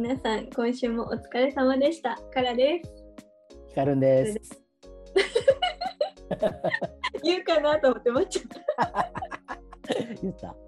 皆さん、今週もお疲れ様でした。カラです。 ヒカルンです。 言うかなと思って待っちゃった。 言った。 はい、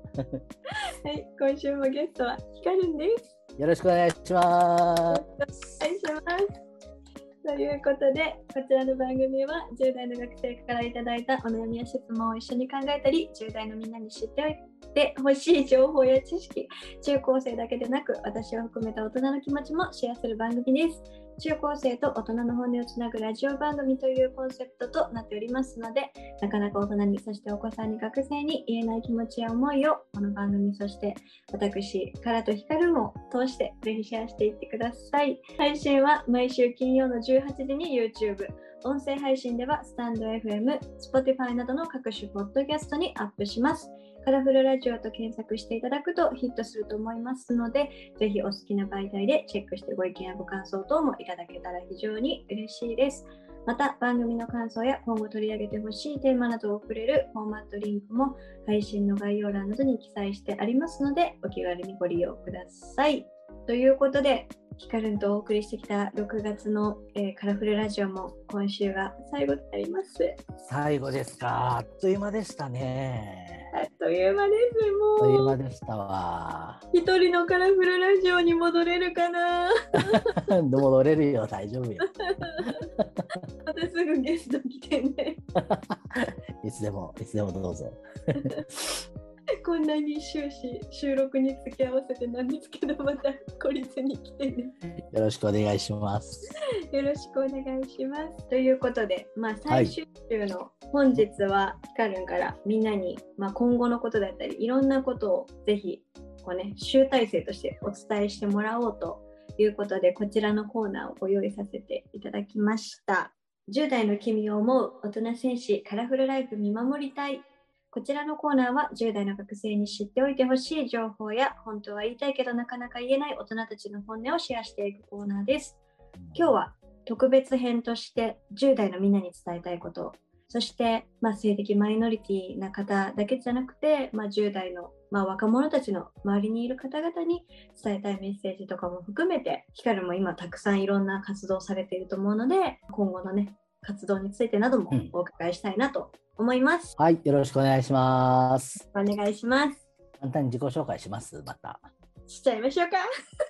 今週もゲストはヒカルンです。 よろしくお願いします。 お願いします。ということで、こちらの番組は10代の学生からいただいたお悩みや質問を一緒に考えたり、10代のみんなに知っておいてほしい情報や知識、中高生だけでなく私を含めた大人の気持ちもシェアする番組です。中高生と大人の本音をつなぐラジオ番組というコンセプトとなっておりますので、なかなか大人に、そしてお子さんに、学生に言えない気持ちや思いをこの番組、そして私カラとヒカルンを通してぜひシェアしていってください。配信は毎週金曜の18時に YouTube、 音声配信ではスタンド FM、 Spotify などの各種ポッドキャストにアップします。カラフルラジオと検索していただくとヒットすると思いますので、ぜひお好きな媒体でチェックしてご意見やご感想等もいただけたら非常に嬉しいです。また番組の感想や今後取り上げてほしいテーマなどを送れるフォーマットリンクも配信の概要欄などに記載してありますので、お気軽にご利用ください。ということで、ヒカルンとお送りしてきた6月の、カラフルラジオも今週が最後になります。 最後ですか。あっという間でしたね。 あっという間です。もうあっという間でしたわ。 一人のカラフルラジオに戻れるかな。 戻れるよ、大丈夫よ。 またすぐゲスト来てね。 いつでもどうぞ。 こんなに終始収録に付き合わせてなんですけど、また懲りずに来てね。 よろしくお願いします。 よろしくお願いします。ということで、最終週の本日はヒカルンからみんなに、今後のことだったりいろんなことをぜひ集大成としてお伝えしてもらおうということで、こちらのコーナーをご用意させていただきました。10代の君を思う大人戦士カラフルライフ見守りたい。こちらのコーナーは10代の学生に知っておいてほしい情報や本当は言いたいけどなかなか言えない大人たちの本音をシェアしていくコーナーです。今日は特別編として10代のみんなに伝えたいこと、そして、性的マイノリティな方だけじゃなくて、10代の、若者たちの周りにいる方々に伝えたいメッセージとかも含めて、ヒカルも今たくさんいろんな活動されていると思うので、今後の活動についてなどもお伺いしたいなと思います。 はい、よろしくお願いします。 お願いします。 簡単に自己紹介します。またしちゃいましょうか。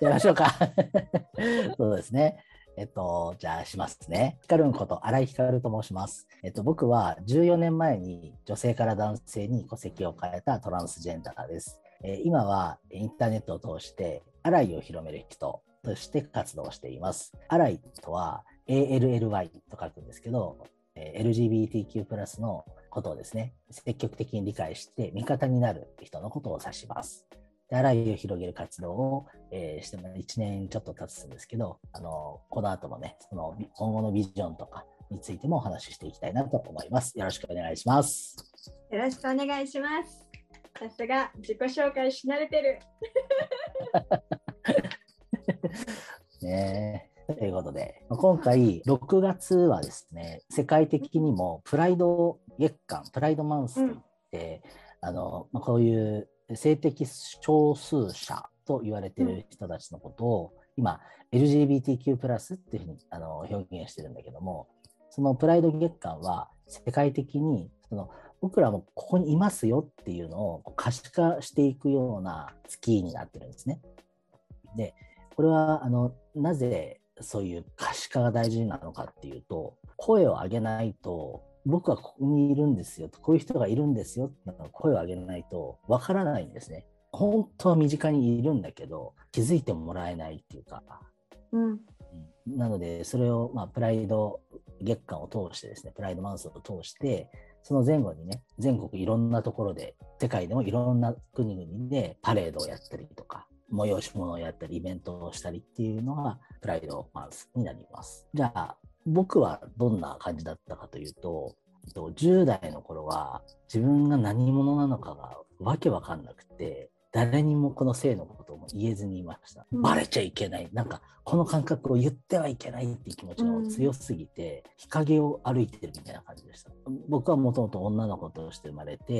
そうですね。じゃあしますね。ヒカルンこと新井ヒカルと申します。僕は14年前に女性から男性に戸籍を変えたトランスジェンダーです。今はインターネットを通してアライを広める人として活動しています。アライとは ALLY と書くんですけど、LGBTQ+ のことをですね、積極的に理解して味方になる人のことを指します。アライを広げる活動を、しても1年ちょっと経つんですけど、この後もね、その今後のビジョンとかについてもお話ししていきたいなと思います。よろしくお願いします。 よろしくお願いします。さすが自己紹介し慣れてる。 ねえ。ということで、今回6月はですね、世界的にもプライド月間、プライドマンスといって、こういう性的少数者と言われている人たちのことを、今 LGBTQ+ っていうふうに表現してるんだけども、そのプライド月間は世界的に僕らもここにいますよっていうのを可視化していくような月になってるんですね。で、これはなぜそういう可視化が大事なのかっていうと、声を上げないと、僕はここにいるんですよと、こういう人がいるんですよって声を上げないとわからないんですね。本当は身近にいるんだけど気づいてもらえないっていうか、なのでそれをプライド月間を通してですね、プライドマンスを通して、その前後にね、全国いろんなところで、世界でもいろんな国々でパレードをやったりとか、催し物をやったりイベントをしたりっていうのがプライドマンスになります。じゃあ僕はどんな感じだったかというと、10代の頃は自分が何者なのかがわけわかんなくて、誰にもこの性のことも言えずにいました。バレちゃいけない、この感覚を言ってはいけないっていう気持ちが強すぎて、日陰を歩いてるみたいな感じでした。僕はもともと女の子として生まれて、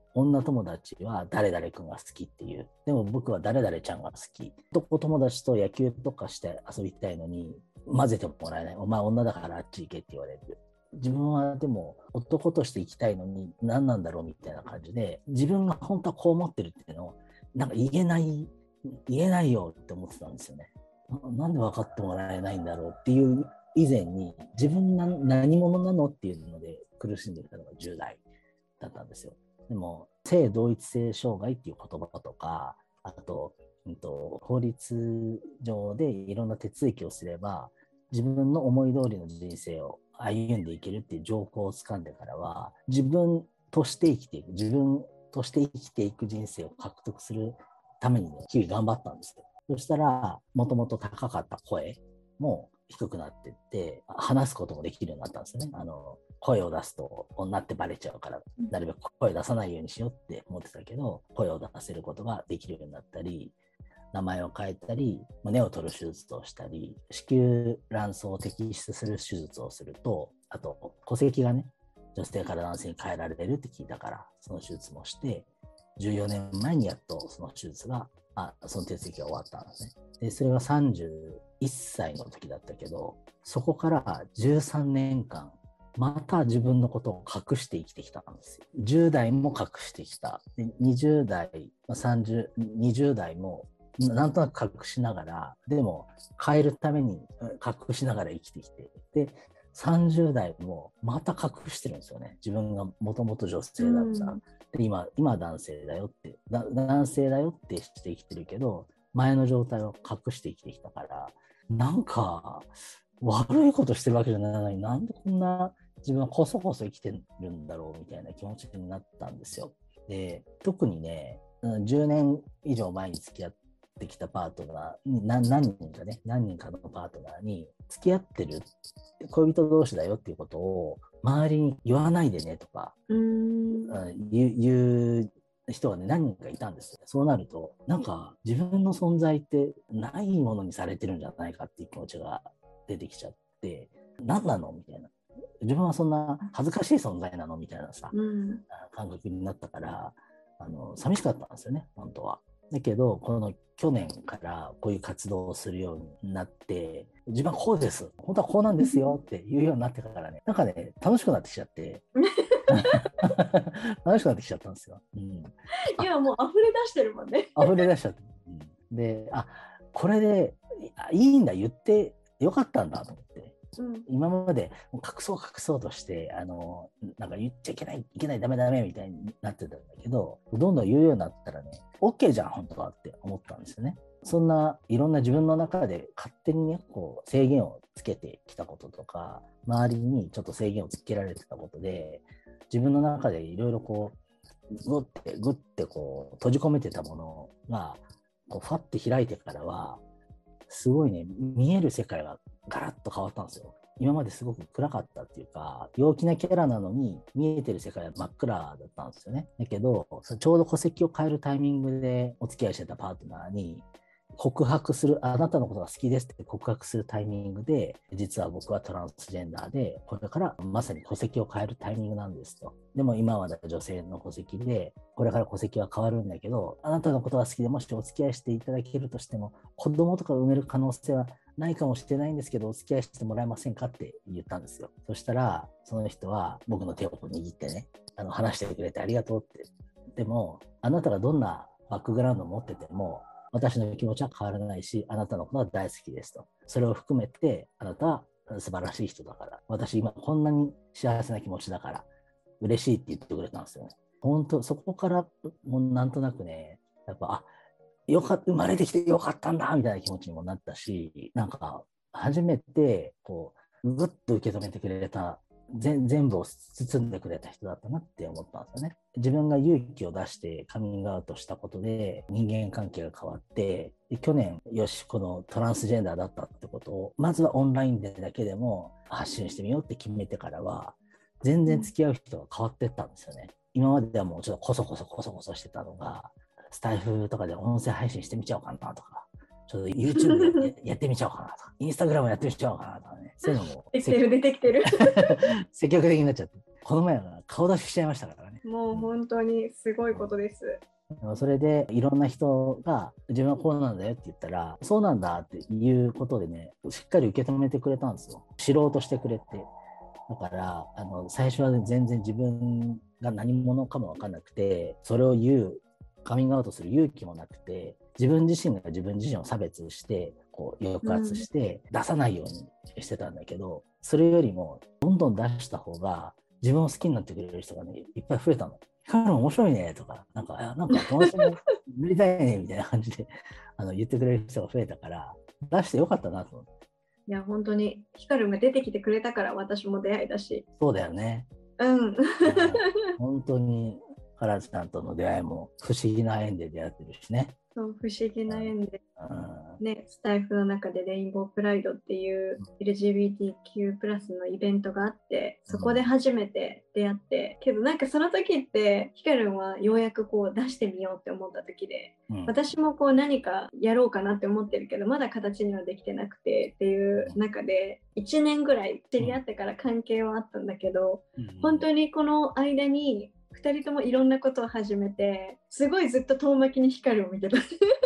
女友達は誰々君が好きっていう。でも僕は誰々ちゃんが好き。男友達と野球とかして遊びたいのに混ぜてもらえない。お前女だからあっち行けって言われる。自分はでも男として生きたいのに何なんだろうみたいな感じで、自分が本当はこう思ってるっていうのをなんか言えないよって思ってたんですよね。なんで分かってもらえないんだろうっていう以前に、自分が何者なのっていうので苦しんでいたのが10代だったんですよ。でも性同一性障害っていう言葉とか、あと、法律上でいろんな手続きをすれば自分の思い通りの人生を歩んでいけるっていう情報をつかんでからは、自分として生きていく人生を獲得するために、ね、日々頑張ったんですよ。そしたらもともと高かった声も低くなっていって、話すこともできるようになったんですよね。声を出すと女ってバレちゃうから、なるべく声出さないようにしようって思ってたけど、声を出せることができるようになったり、名前を変えたり、胸を取る手術をしたり、子宮卵巣を摘出する手術をすると、あと戸籍がね、女性から男性に変えられるって聞いたから、その手術もして、14年前にやっとその手術が、その手続きが終わったんですね。で、それが31歳の時だったけど、そこから13年間、また自分のことを隠して生きてきたんですよ。10代も隠してきた。で20代、20代もなんとなく隠しながら、でも変えるために隠しながら生きてきて、で30代もまた隠してるんですよね。自分がもともと女性だった、で今男性だよって男性だよってして生きてるけど、前の状態を隠して生きてきたから、なんか悪いことしてるわけじゃないのに、なんでこんな自分はこそこそ生きてるんだろうみたいな気持ちになったんですよ。で、特にね、10年以上前に付き合ってきたパートナーに何人かのパートナーに付き合ってる恋人同士だよっていうことを周りに言わないでねとか言う人がね、何人かいたんですよ。そうなるとなんか自分の存在ってないものにされてるんじゃないかっていう気持ちが出てきちゃって、何なのみたいな、自分はそんな恥ずかしい存在なのみたいなさ、感覚になったから、寂しかったんですよね、本当は。だけど、この去年からこういう活動をするようになって、自分はこうです、本当はこうなんですよって言うようになってからね、なんかね、楽しくなってきちゃって、楽しくなってきちゃったんですよ。 いや、もう溢れ出してるもんね。 溢れ出しちゃって。で、これでいいんだ、言ってよかったんだと思って。今まで隠そうとしてなんか言っちゃいけないダメみたいになってたんだけど、どんどん言うようになったらね、 OK じゃん本当はって思ったんですよね。そんないろんな自分の中で勝手にね、こう制限をつけてきたこととか、周りにちょっと制限をつけられてたことで、自分の中でいろいろこうグッてこう閉じ込めてたものがこうファッて開いてからは、すごいね、見える世界がガラッと変わったんですよ。今まですごく暗かったっていうか、陽気なキャラなのに見えてる世界は真っ暗だったんですよね。だけど、ちょうど戸籍を変えるタイミングでお付き合いしてたパートナーに告白する、あなたのことが好きですって告白するタイミングで、実は僕はトランスジェンダーで、これからまさに戸籍を変えるタイミングなんですと。でも今は女性の戸籍で、これから戸籍は変わるんだけど、あなたのことが好きでもしお付き合いしていただけるとしても、子供とか産める可能性はないかもしれないんですけど、お付き合いしてもらえませんかって言ったんですよ。そしたら、その人は僕の手を握ってね、話してくれてありがとうって。でも、あなたがどんなバックグラウンドを持ってても、私の気持ちは変わらないし、あなたのことは大好きですと。それを含めて、あなたは素晴らしい人だから、私今こんなに幸せな気持ちだから、嬉しいって言ってくれたんですよね。本当、そこからもうなんとなくね、やっぱ、生まれてきてよかったんだみたいな気持ちにもなったし、なんか初めてこうぐっと受け止めてくれた、全部を包んでくれた人だったなって思ったんですよね。自分が勇気を出してカミングアウトしたことで人間関係が変わって、去年よしこのトランスジェンダーだったってことをまずはオンラインでだけでも発信してみようって決めてからは、全然付き合う人が変わってったんですよね。今まではもうちょっとコソコソしてたのが、スタイフとかで音声配信してみちゃおうかなとか、ちょっと YouTube でやってみちゃおうかなとか、インスタグラムやってみちゃおうかなとかね、そういうのも出てきてる積極的になっちゃって、この前は顔出ししちゃいましたからね。 もう本当にすごいことです。 それでいろんな人が自分はこうなんだよって言ったら、そうなんだっていうことでね、しっかり受け止めてくれたんですよ。知ろうとしてくれて。だから最初は、ね、全然自分が何者かも分かんなくて、それをカミングアウトする勇気もなくて、自分自身が自分自身を差別してこう抑圧して出さないようにしてたんだけど、それよりもどんどん出した方が自分を好きになってくれる人がねいっぱい増えたの。ヒカル面白いねとか、なんか友達になりたいねみたいな感じで言ってくれる人が増えたから、出してよかったなと思って。 いや本当にヒカルが出てきてくれたから私も出会いだし。 そうだよね。本当にカラちゃんとの出会いも不思議な縁で出会ってるしね。 そう不思議な縁で、ね、スタイフの中でレインボープライドっていう LGBTQ+ のイベントがあって、そこで初めて出会って、けどなんかその時ってヒカルンはようやくこう出してみようって思った時で、私もこう何かやろうかなって思ってるけどまだ形にはできてなくてっていう中で、1年ぐらい知り合ってから関係はあったんだけど、本当にこの間に2人ともいろんなことを始めて、すごいずっと遠巻きに光を見てた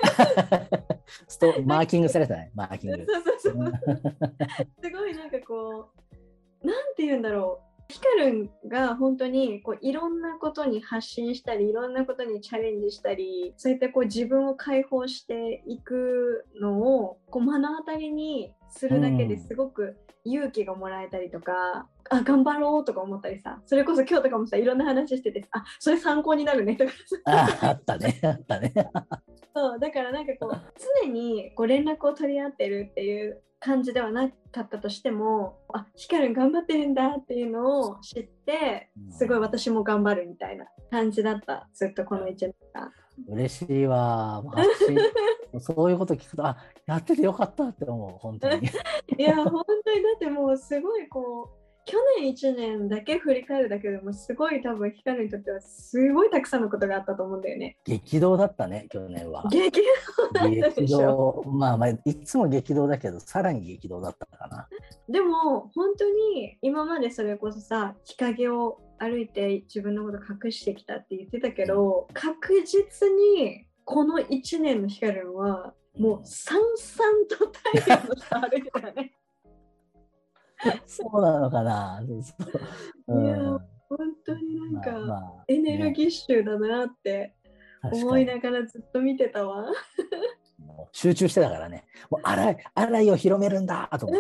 マーキングされたね、マーキング。 そうすごいなんかこう、なんて言うんだろう、ヒカルンが本当にこういろんなことに発信したり、いろんなことにチャレンジしたり、そうやってこう自分を解放していくのをこう目の当たりにするだけですごく勇気がもらえたりとか、あ、頑張ろうとか思ったりさ、それこそ今日とかもさ、いろんな話してて、あ、それ参考になるねとかあったね、あったね。 そうだからなんかこう常にこう連絡を取り合ってるっていう感じではなかったとしても、あ、ヒカルン頑張ってるんだっていうのを知って、すごい私も頑張るみたいな感じだった、ずっとこの1年間。 嬉しいわ。そういうこと聞くと、あ、やっててよかったって思う、本当に。 いや、本当にだってもうすごいこう、去年1年だけ振り返るだけでもすごい多分ヒカルにとってはすごいたくさんのことがあったと思うんだよね。 激動だったね、去年は。 激動だったでしょ。 まあいつも激動だけど、さらに激動だったかな。 でも本当に今までそれこそさ、日陰を歩いて自分のこと隠してきたって言ってたけど、確実にこの1年のヒカルはもうさんさんと太陽の下歩いてたよね。 そうなのかな。 いや、本当になんかエネルギッシュだなって思いながらずっと見てたわ。 もう集中してたからね。もう荒井を広めるんだと思って。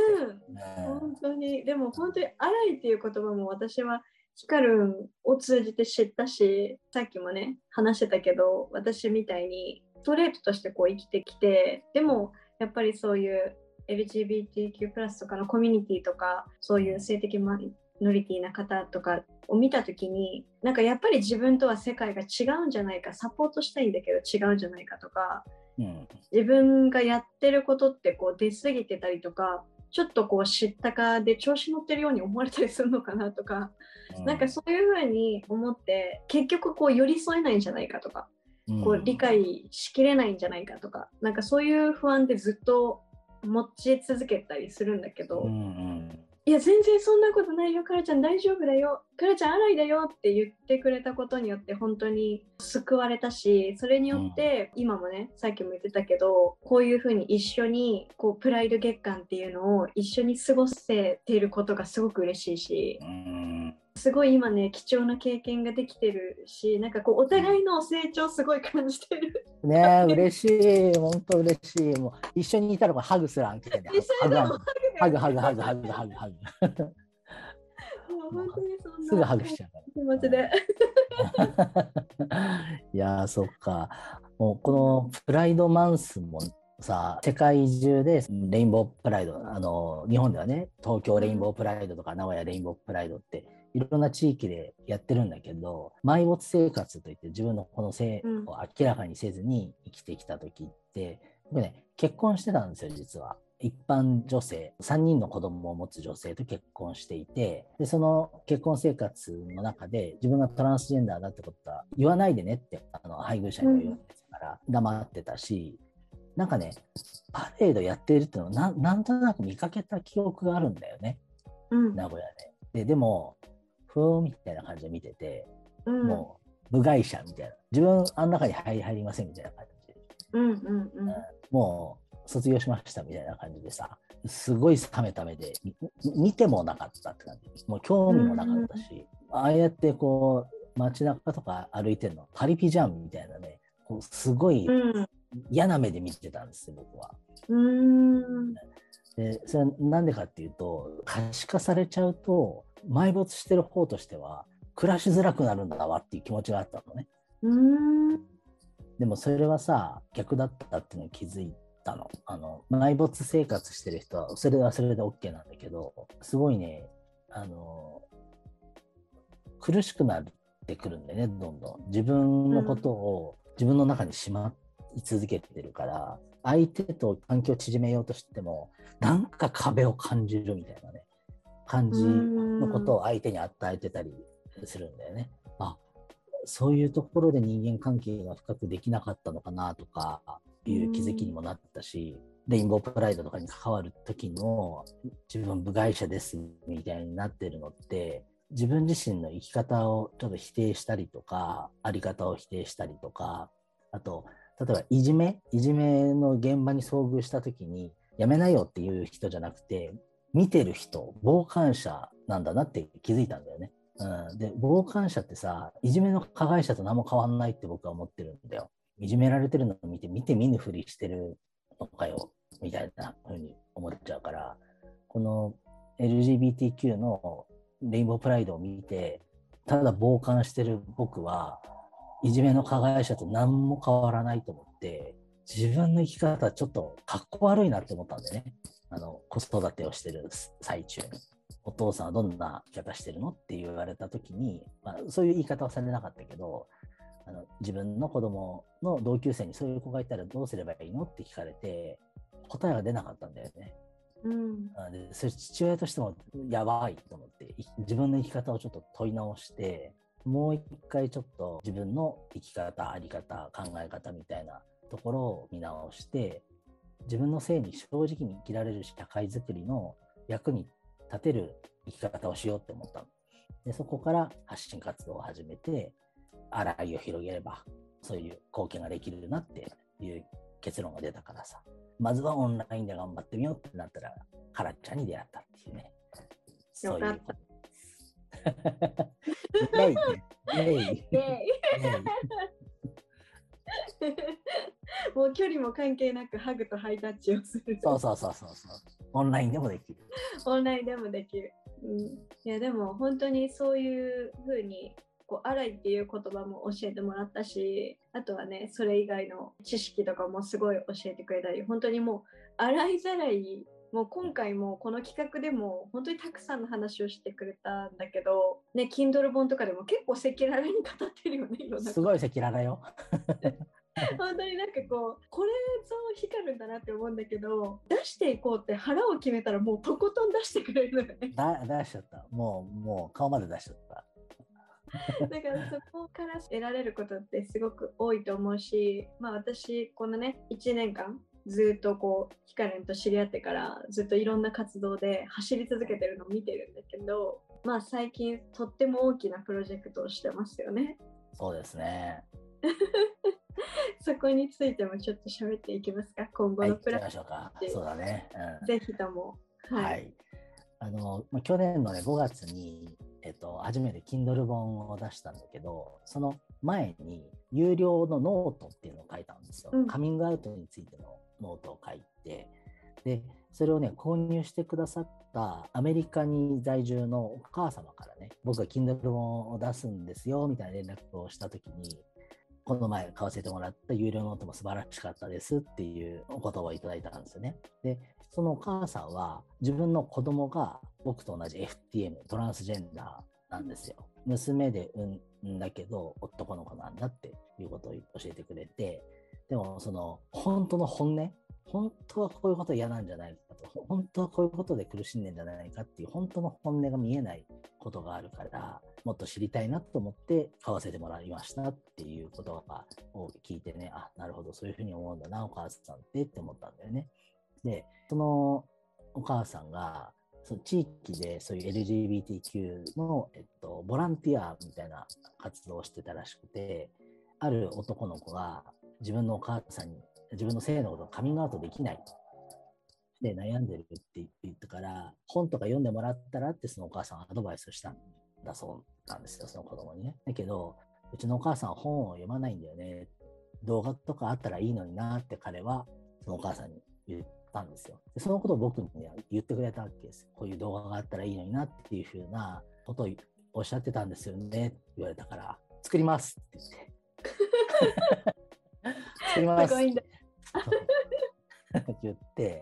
本当に。でも本当に荒井っていう言葉も私はヒカルンを通じて知ったし、さっきもね話してたけど、私みたいにストレートとしてこう生きてきて、でもやっぱりそういう LGBTQ+ とかのコミュニティとか、そういう性的マイノリティな方とかを見たときに、なんかやっぱり自分とは世界が違うんじゃないか、サポートしたいんだけど違うんじゃないかとか、自分がやってることってこう出過ぎてたりとか、ちょっとこう知ったかで調子乗ってるように思われたりするのかなとか、なんかそういうふうに思って結局こう寄り添えないんじゃないかとか、こう理解しきれないんじゃないかとか、なんかそういう不安でずっと持ち続けたりするんだけど、いや全然そんなことないよ、カラちゃん大丈夫だよ、カラちゃん荒いだよって言ってくれたことによって本当に救われたし、それによって今もね、さっきも言ってたけど、こういう風に一緒にこうプライド月間っていうのを一緒に過ごせていることがすごく嬉しいし、すごい今ね貴重な経験ができてるし、なんかこうお互いの成長すごい感じてるね。嬉しい、本当嬉しい。もう一緒にいたらハグする案件で、ハグ。 本当にそんなすぐハグしちゃうから気持ちでいや、そっか。もうこのプライドマンスもさ、世界中でレインボープライド、日本ではね、東京レインボープライドとか名古屋レインボープライドっていろんな地域でやってるんだけど、埋没生活といって自分のこの性を明らかにせずに生きてきた時って、僕ね、結婚してたんですよ、実は。一般女性、3人の子供を持つ女性と結婚していて、でその結婚生活の中で自分がトランスジェンダーだってことは言わないでねって配偶者にも言われてたから黙ってたし、なんかね、パレードやっているっていうのをなんとなく見かけた記憶があるんだよね、名古屋で。でもふーんみたいな感じで見てて、 もう部外者みたいな、自分あん中に入りませんみたいな感じで、もう卒業しましたみたいな感じでさ、すごい冷めた目で見てもなかったって感じ、もう興味もなかったし、ああやってこう街中とか歩いてるのパリピじゃんみたいなね、こうすごい嫌な目で見てたんですよ、僕は。でそれはなんでかっていうと、可視化されちゃうと埋没してる方としては暮らしづらくなるんだわっていう気持ちがあったのね。でもそれはさ、逆だったっていうのに気づいたの。埋没生活してる人はそれはそれで OK なんだけど、すごいね、苦しくなってくるんだよね、どんどん。自分のことを自分の中にしまい続けてるから、相手と関係を縮めようとしても、なんか壁を感じるみたいなね、感じのことを相手に与えてたりするんだよね。あ、そういうところで人間関係が深くできなかったのかなとかいう気づきにもなったし、レインボープライドとかに関わる時の自分部外者ですみたいになってるのって、自分自身の生き方をちょっと否定したりとか、あり方を否定したりとか、あと例えばいじめの現場に遭遇した時にやめなよっていう人じゃなくて、見てる人、傍観者なんだなって気づいたんだよね。で、傍観者ってさ、いじめの加害者と何も変わんないって僕は思ってるんだよ。いじめられてるのを見て見ぬふりしてるのかよみたいな風に思っちゃうから、この LGBTQ のレインボープライドを見て、ただ傍観してる僕はいじめの加害者と何も変わらないと思って、自分の生き方ちょっとかっこ悪いなって思ったんだよね。子育てをしてる最中に。お父さんはどんな生き方してるのって言われた時に、そういう言い方はされなかったけど、自分の子供の同級生にそういう子がいたらどうすればいいのって聞かれて、答えが出なかったんだよね。でそれ父親としてもやばいと思って、自分の生き方をちょっと問い直して、もう一回ちょっと自分の生き方、あり方、考え方みたいなところを見直して、自分の性に正直に生きられる社会づくりの役に立てる生き方をしようって思ったの。で、そこから発信活動を始めて、洗いを広げれば、そういう貢献ができるなっていう結論が出たからさ、まずはオンラインで頑張ってみようってなったら、カラちゃんに出会ったっていうね。 よかった。もう距離も関係なくハグとハイタッチをする。 そう。オンラインでもできる。 オンラインでもできる。いやでも本当にそういう風に洗いっていう言葉も教えてもらったし、あとはね、それ以外の知識とかもすごい教えてくれたり、本当にもう洗いざらい、もう今回もこの企画でも本当にたくさんの話をしてくれたんだけど、ね、Kindle 本とかでも結構赤裸々に語ってるよね、いろんな。 すごい赤裸々よ。 本当になんかこれぞ光るんだなって思うんだけど、出していこうって腹を決めたらもうとことん出してくれるのよね。 出しちゃった。もう顔まで出しちゃった。 だからそこから得られることってすごく多いと思うし、私このね1年間ずっとヒカレンと知り合ってからずっといろんな活動で走り続けてるのを見てるんだけど、最近とっても大きなプロジェクトをしてますよね。 そうですね。 そこについてもちょっと喋っていきますか、今後のプラン。 はい、行きましょうか。そうだね。 ぜひとも。 はい。去年のね5月に初めて Kindle 本を出したんだけど、その前に有料のノートっていうのを書いたんですよ。カミングアウトについてのノートを書いて、でそれをね購入してくださったアメリカに在住のお母様からね、僕が Kindle 本を出すんですよみたいな連絡をした時に、この前買わせてもらった有料ノートも素晴らしかったですっていうお言葉をいただいたんですよね。でそのお母さんは自分の子供が僕と同じ FTM トランスジェンダーなんですよ。娘で産んだけど男の子なんだっていうことを教えてくれて、でもその本当の本音、本当はこういうこと嫌なんじゃないかと、本当はこういうことで苦しんでんじゃないかっていう本当の本音が見えないことがあるから、もっと知りたいなと思って買わせてもらいましたっていう言葉を聞いてね、あ、なるほど、そういうふうに思うんだなお母さんって思ったんだよね。でそのお母さんがその地域でそういう LGBTQ の、ボランティアみたいな活動をしてたらしくて、ある男の子が自分のお母さんに自分の性のことをカミングアウトできないで悩んでるって言ってから、本とか読んでもらったらってそのお母さんアドバイスをしたんだそうなんですよ、その子供にね。だけど、うちのお母さんは本を読まないんだよね。動画とかあったらいいのになって彼はそのお母さんに言ったんですよ。でそのことを僕に、ね、言ってくれたわけですよ。こういう動画があったらいいのになっていうふうなことをおっしゃってたんですよねって言われたから、作りますって言って。作りますって言って、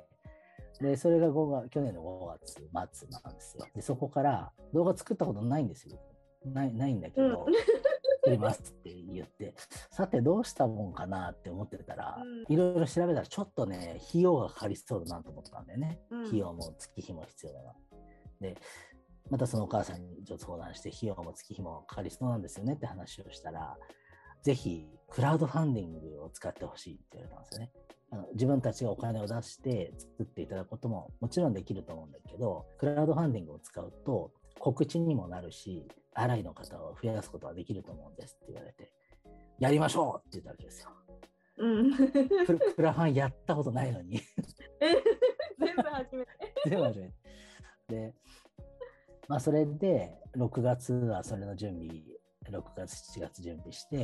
でそれが去年の5月末なんですよ。でそこから動画作ったことないんですよ。ないんだけど、作りますって言って、さてどうしたもんかなって思ってたら、いろいろ調べたらちょっとね、費用がかかりそうだなと思ったんだよね。費用も月日も必要だな。で、またそのお母さんにちょっと相談して、費用も月日もかかりそうなんですよねって話をしたら、ぜひクラウドファンディングを使ってほしいって言われたんですよね。自分たちがお金を出して作っていただくことももちろんできると思うんだけど、クラウドファンディングを使うと告知にもなるし、アライの方を増やすことができると思うんですって言われて、やりましょうって言ったわけですよ。クラファンやったことないのに全部初めて全部初めてで、それで6月はそれの準備、6月7月準備して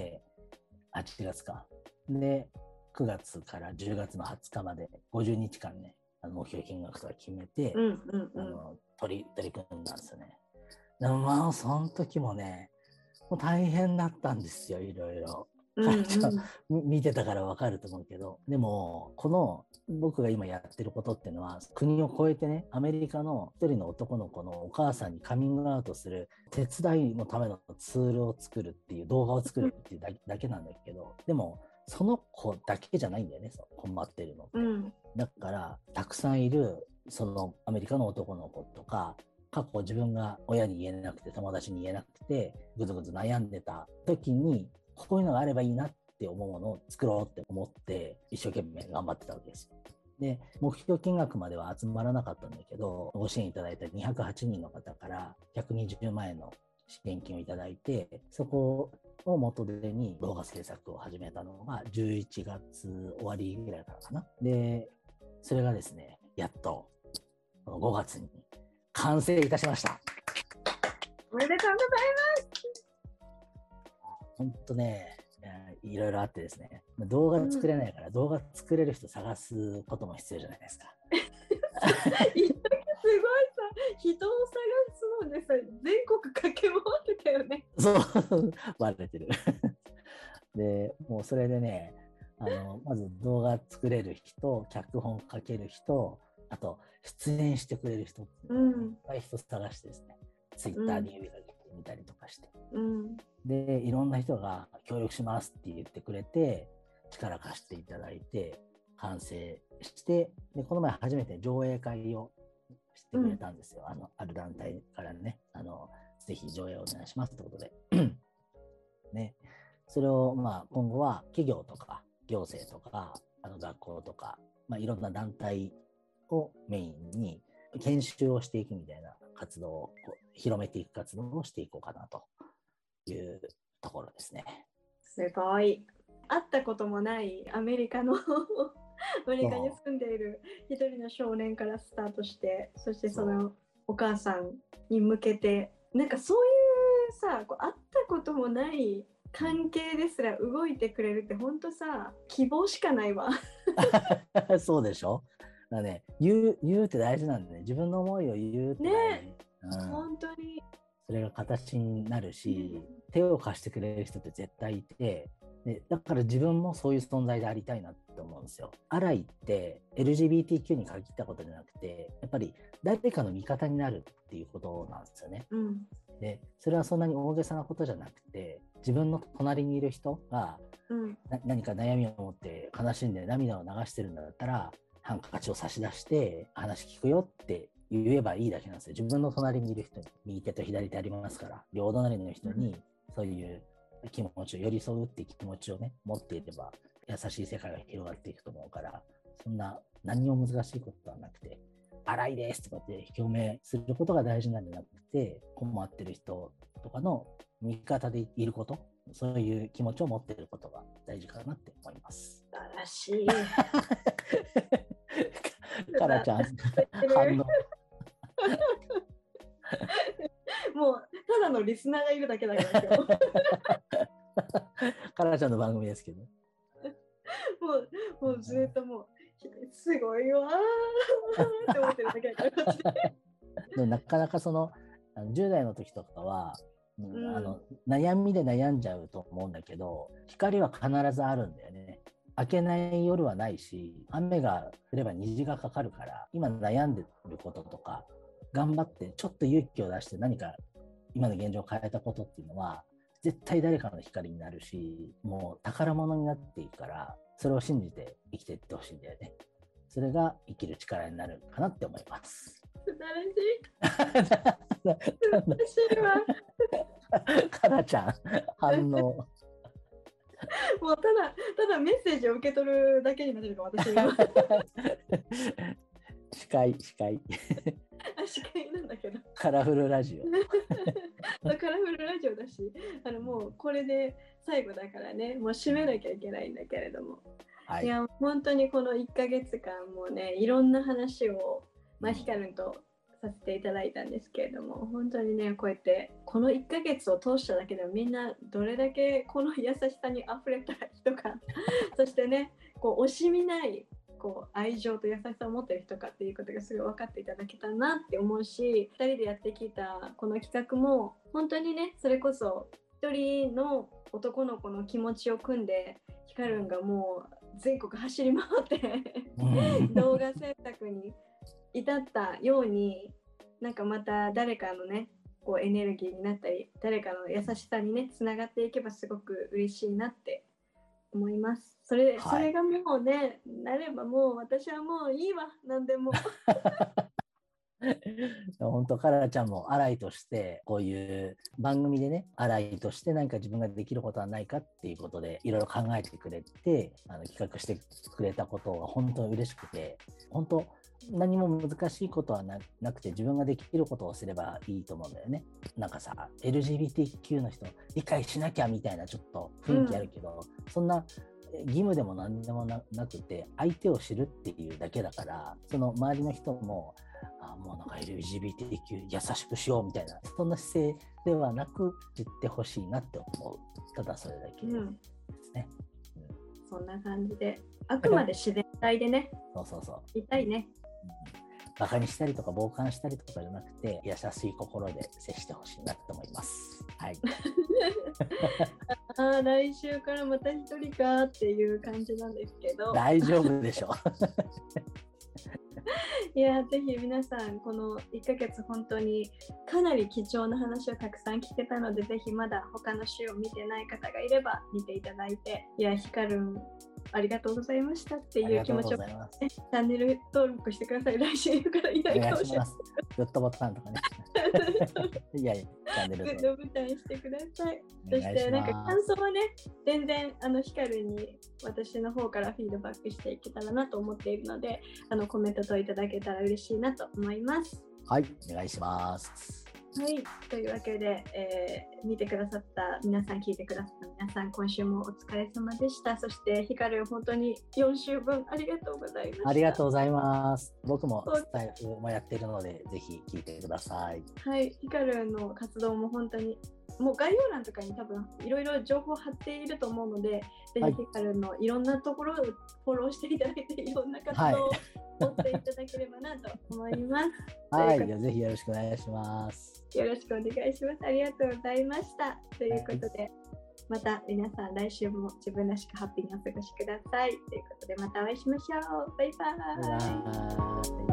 、7月かで9月から10月の20日まで50日間ね、目標金額とか決めて、取り組んだんですよね。でもその時もね、もう大変だったんですよ、いろいろ。見てたから分かると思うけど、でもこの僕が今やってることっていうのは国を越えてね、アメリカの一人の男の子のお母さんにカミングアウトする手伝いのためのツールを作るっていう、動画を作るっていうだけなんだけど、でもその子だけじゃないんだよね、困ってるのって、だからたくさんいるそのアメリカの男の子とか、過去自分が親に言えなくて友達に言えなくてぐずぐず悩んでた時に、こういうのがあればいいなって思うものを作ろうって思って一生懸命頑張ってたわけですよ。で、目標金額までは集まらなかったんだけど、ご支援いただいた208人の方から120万円の支援金をいただいて、そこを元手に動画制作を始めたのが11月終わりぐらいからかな。で、それがですね、やっと5月に完成いたしました。 おめでとうございます。 本当ね、いろいろあってですね、動画作れないから動画作れる人探すことも必要じゃないですか。 すごいさ、人を探すのでさ、全国駆け回ってたよね。 そう、バレてる。で、もうそれでね、まず動画作れる人、脚本書ける人、あと出演してくれる人、いっぱい人探してですね、ツイッターに呼びかけてみたりとかして、でいろんな人が協力しますって言ってくれて、力貸していただいて完成して、でこの前初めて上映会をしてくれたんですよ、ある団体からね、ぜひ上映をお願いしますってことでね、それを今後は企業とか行政とか学校とか、いろんな団体をメインに研修をしていくみたいな活動を広めていく活動をしていこうかなというところですね。 すごい。会ったこともないアメリカに住んでいる一人の少年からスタートして、そしてそのお母さんに向けて、なんかそういうさ、会ったこともない関係ですら動いてくれるって本当さ、希望しかないわ。 そうでしょ。だね、言うって大事なんでね、自分の思いを言うって大事。 ね、本当に。 それが形になるし、手を貸してくれる人って絶対いて、でだから自分もそういう存在でありたいなって思うんですよ。アライって LGBTQ に限ったことじゃなくて、やっぱり誰かの味方になるっていうことなんですよね。でそれはそんなに大げさなことじゃなくて、自分の隣にいる人が何か悩みを持って悲しんで涙を流してるんだったら、ハンカチを差し出して話聞くよって言えばいいだけなんですよ。自分の隣にいる人に、右手と左手ありますから、両隣の人にそういう気持ちを、寄り添うっていう気持ちをね、持っていれば優しい世界が広がっていくと思うから、そんな何にも難しいことはなくて、 荒いですとかって表明することが大事なんじゃなくて、困ってる人とかの味方でいること、そういう気持ちを持っていることが大事かなって思います。 素晴らしい。 カラちゃん、反応。 もうただのリスナーがいるだけだから今日。 カラちゃんの番組ですけど。 もうずっともうすごいわーって思ってるだけだからでもなかなかその10代の時とかは、悩みで悩んじゃうと思うんだけど、光は必ずあるんだよね。明けない夜はないし、雨が降れば虹がかかるから、今悩んでることとか頑張ってちょっと勇気を出して何か今の現状を変えたことっていうのは絶対誰かの光になるし、もう宝物になっていくから、それを信じて生きていってほしいんだよね。それが生きる力になるかなって思います。 素晴らしい。素晴らしいわ。 かなちゃん、反応。 もうただメッセージを受け取るだけになってるか私は。 司会。 司会なんだけど。 カラフルラジオ。カラフルラジオだし、もうこれで最後だからね、もう締めなきゃいけないんだけれども。はい、いや本当にこの1ヶ月間もね、いろんな話をヒカルンとさせていただいたんですけれども、本当にね、こうやってこの1ヶ月を通しただけでもみんなどれだけこの優しさにあふれた人かそしてね、こう惜しみないこう愛情と優しさを持ってる人かっていうことがすごい分かっていただけたなって思うし、2人でやってきたこの企画も本当にね、それこそ一人の男の子の気持ちを組んでヒカルンがもう全国走り回って動画制作に至ったように、なんかまた誰かのねこうエネルギーになったり、誰かの優しさにねつながっていけばすごく嬉しいなって思います。それがもうね、なればもう私はもういいわ、何でも。 本当、カラちゃんも新井としてこういう番組でね、新井として何か自分ができることはないかっていうことでいろいろ考えてくれて企画してくれたことが本当に嬉しくて、本当何も難しいことは なくて自分ができることをすればいいと思うんだよね。なんかさ、 LGBTQ の人理解しなきゃみたいなちょっと雰囲気あるけど、そんな義務でも何でも なくて相手を知るっていうだけだから、その周りの人ももうなんか LGBTQ 優しくしようみたいな、そんな姿勢ではなく知ってほしいなって思う。ただそれだけですね。 そんな感じで、あくまで自然体でねそういたいね。 バカにしたりとか傍観したりとかじゃなくて、優しい心で接してほしいなと思います。はい。 来週からまた一人かっていう感じなんですけど。 大丈夫でしょう。 いや、ぜひ皆さんこの1ヶ月本当にかなり貴重な話をたくさん聞けたので、ぜひまだ他の週を見てない方がいれば見ていただいて、いやヒカルンありがとうございますっていう気持ちを、チャンネル登録してください。来週からいないかもしれない。 グッドボタンとかね。いやいや、チャンネルグッドボタンしてください。そしてなんか感想はね、全然ヒカルンに私の方からフィードバックしていけたらなと思っているので、コメントといただけたら嬉しいなと思います。 はい、お願いします。 はい、というわけで、見てくださった皆さん、聞いてくださった皆さん、今週もお疲れ様でした。そしてヒカルン本当に4週分ありがとうございました。 ありがとうございます。僕もスタイフもやっているので、ぜひ聞いてください。 はい、ヒカルンの活動も本当にもう概要欄とかに多分いろいろ情報貼っていると思うので、ぜひヒカルンのいろんなところをフォローしていただいて、いろんな活動を追っていただければなと思います。 はい、ぜひよろしくお願いします。 よろしくお願いします。ありがとうございました。ということで、また皆さん来週も自分らしくハッピーにお過ごしください。ということで、またお会いしましょう。バイバーイ。